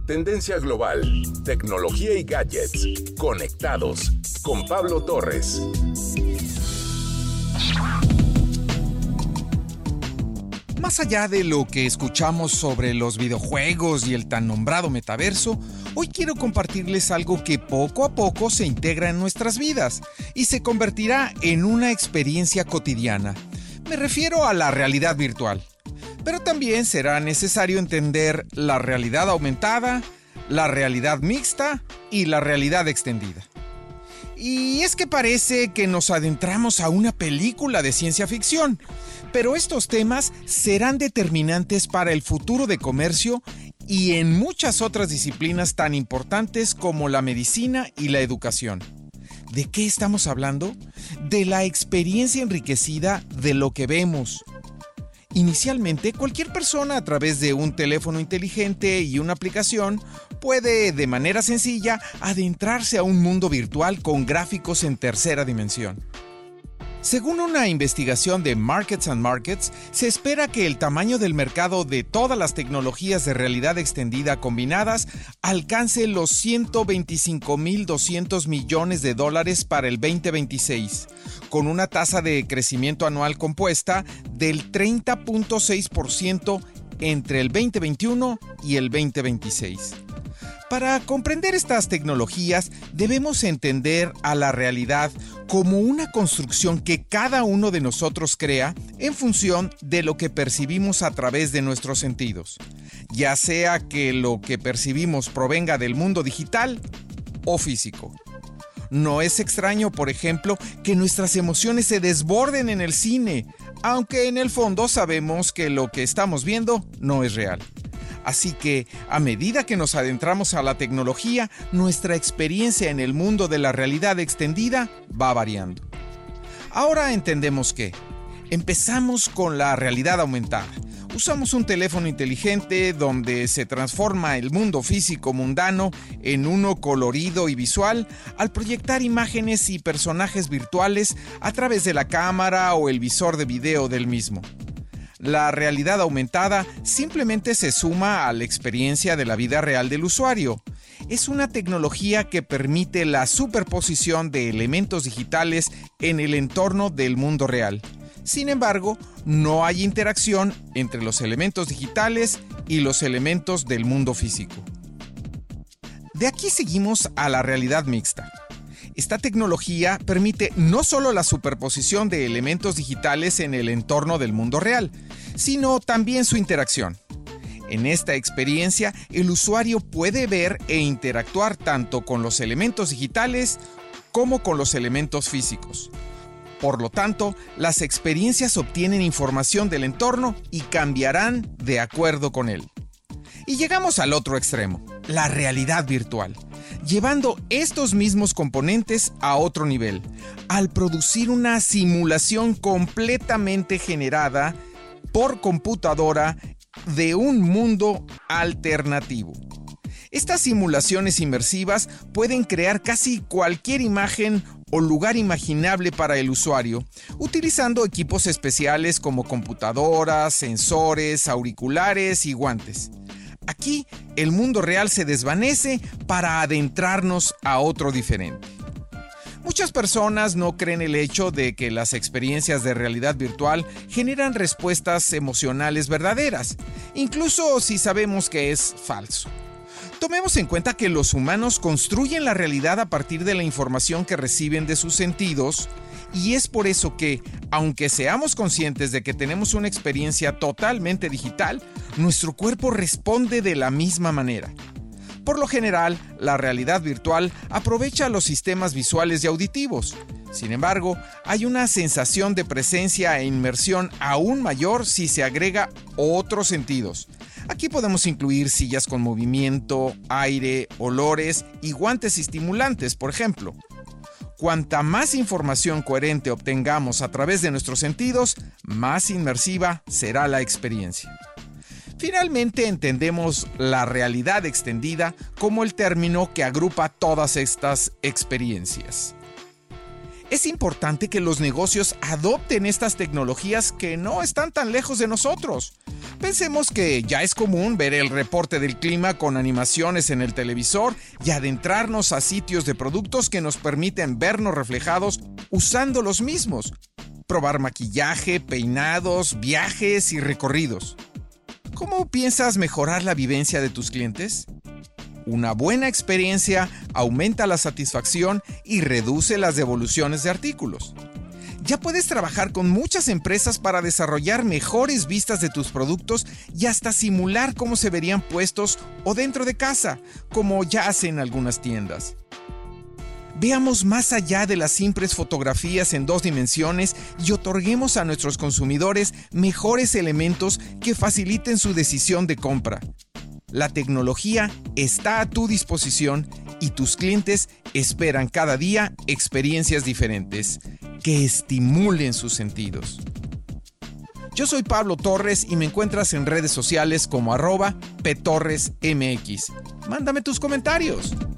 Tendencia global, tecnología y gadgets. Conectados con Pablo Torres. Más allá de lo que escuchamos sobre los videojuegos y el tan nombrado metaverso, hoy quiero compartirles algo que poco a poco se integra en nuestras vidas y se convertirá en una experiencia cotidiana. Me refiero a la realidad virtual. Pero también será necesario entender la realidad aumentada, la realidad mixta y la realidad extendida. Y es que parece que nos adentramos a una película de ciencia ficción, pero estos temas serán determinantes para el futuro de comercio y en muchas otras disciplinas tan importantes como la medicina y la educación. ¿De qué estamos hablando? De la experiencia enriquecida de lo que vemos. Inicialmente, cualquier persona a través de un teléfono inteligente y una aplicación puede, de manera sencilla, adentrarse a un mundo virtual con gráficos en tercera dimensión. Según una investigación de Markets and Markets, se espera que el tamaño del mercado de todas las tecnologías de realidad extendida combinadas alcance los $125.200 millones para el 2026, con una tasa de crecimiento anual compuesta del 30.6% entre el 2021 y el 2026. Para comprender estas tecnologías, debemos entender a la realidad como una construcción que cada uno de nosotros crea en función de lo que percibimos a través de nuestros sentidos, ya sea que lo que percibimos provenga del mundo digital o físico. No es extraño, por ejemplo, que nuestras emociones se desborden en el cine, aunque en el fondo sabemos que lo que estamos viendo no es real. Así que, a medida que nos adentramos a la tecnología, nuestra experiencia en el mundo de la realidad extendida va variando. Ahora entendemos que empezamos con la realidad aumentada. Usamos un teléfono inteligente donde se transforma el mundo físico mundano en uno colorido y visual al proyectar imágenes y personajes virtuales a través de la cámara o el visor de video del mismo. La realidad aumentada simplemente se suma a la experiencia de la vida real del usuario. Es una tecnología que permite la superposición de elementos digitales en el entorno del mundo real. Sin embargo, no hay interacción entre los elementos digitales y los elementos del mundo físico. De aquí seguimos a la realidad mixta. Esta tecnología permite no solo la superposición de elementos digitales en el entorno del mundo real, sino también su interacción. En esta experiencia, el usuario puede ver e interactuar tanto con los elementos digitales como con los elementos físicos. Por lo tanto, las experiencias obtienen información del entorno y cambiarán de acuerdo con él. Y llegamos al otro extremo, la realidad virtual, llevando estos mismos componentes a otro nivel, al producir una simulación completamente generada por computadora de un mundo alternativo. Estas simulaciones inmersivas pueden crear casi cualquier imagen o lugar imaginable para el usuario, utilizando equipos especiales como computadoras, sensores, auriculares y guantes. Aquí, el mundo real se desvanece para adentrarnos a otro diferente. Muchas personas no creen el hecho de que las experiencias de realidad virtual generan respuestas emocionales verdaderas, incluso si sabemos que es falso. Tomemos en cuenta que los humanos construyen la realidad a partir de la información que reciben de sus sentidos, y es por eso que, aunque seamos conscientes de que tenemos una experiencia totalmente digital, nuestro cuerpo responde de la misma manera. Por lo general, la realidad virtual aprovecha los sistemas visuales y auditivos. Sin embargo, hay una sensación de presencia e inmersión aún mayor si se agrega otros sentidos. Aquí podemos incluir sillas con movimiento, aire, olores y guantes estimulantes, por ejemplo. Cuanta más información coherente obtengamos a través de nuestros sentidos, más inmersiva será la experiencia. Finalmente, entendemos la realidad extendida como el término que agrupa todas estas experiencias. Es importante que los negocios adopten estas tecnologías que no están tan lejos de nosotros. Pensemos que ya es común ver el reporte del clima con animaciones en el televisor y adentrarnos a sitios de productos que nos permiten vernos reflejados usando los mismos. Probar maquillaje, peinados, viajes y recorridos. ¿Cómo piensas mejorar la vivencia de tus clientes? Una buena experiencia aumenta la satisfacción y reduce las devoluciones de artículos. Ya puedes trabajar con muchas empresas para desarrollar mejores vistas de tus productos y hasta simular cómo se verían puestos o dentro de casa, como ya hacen algunas tiendas. Veamos más allá de las simples fotografías en 2 dimensiones y otorguemos a nuestros consumidores mejores elementos que faciliten su decisión de compra. La tecnología está a tu disposición y tus clientes esperan cada día experiencias diferentes que estimulen sus sentidos. Yo soy Pablo Torres y me encuentras en redes sociales como @PTorresMX. Mándame tus comentarios.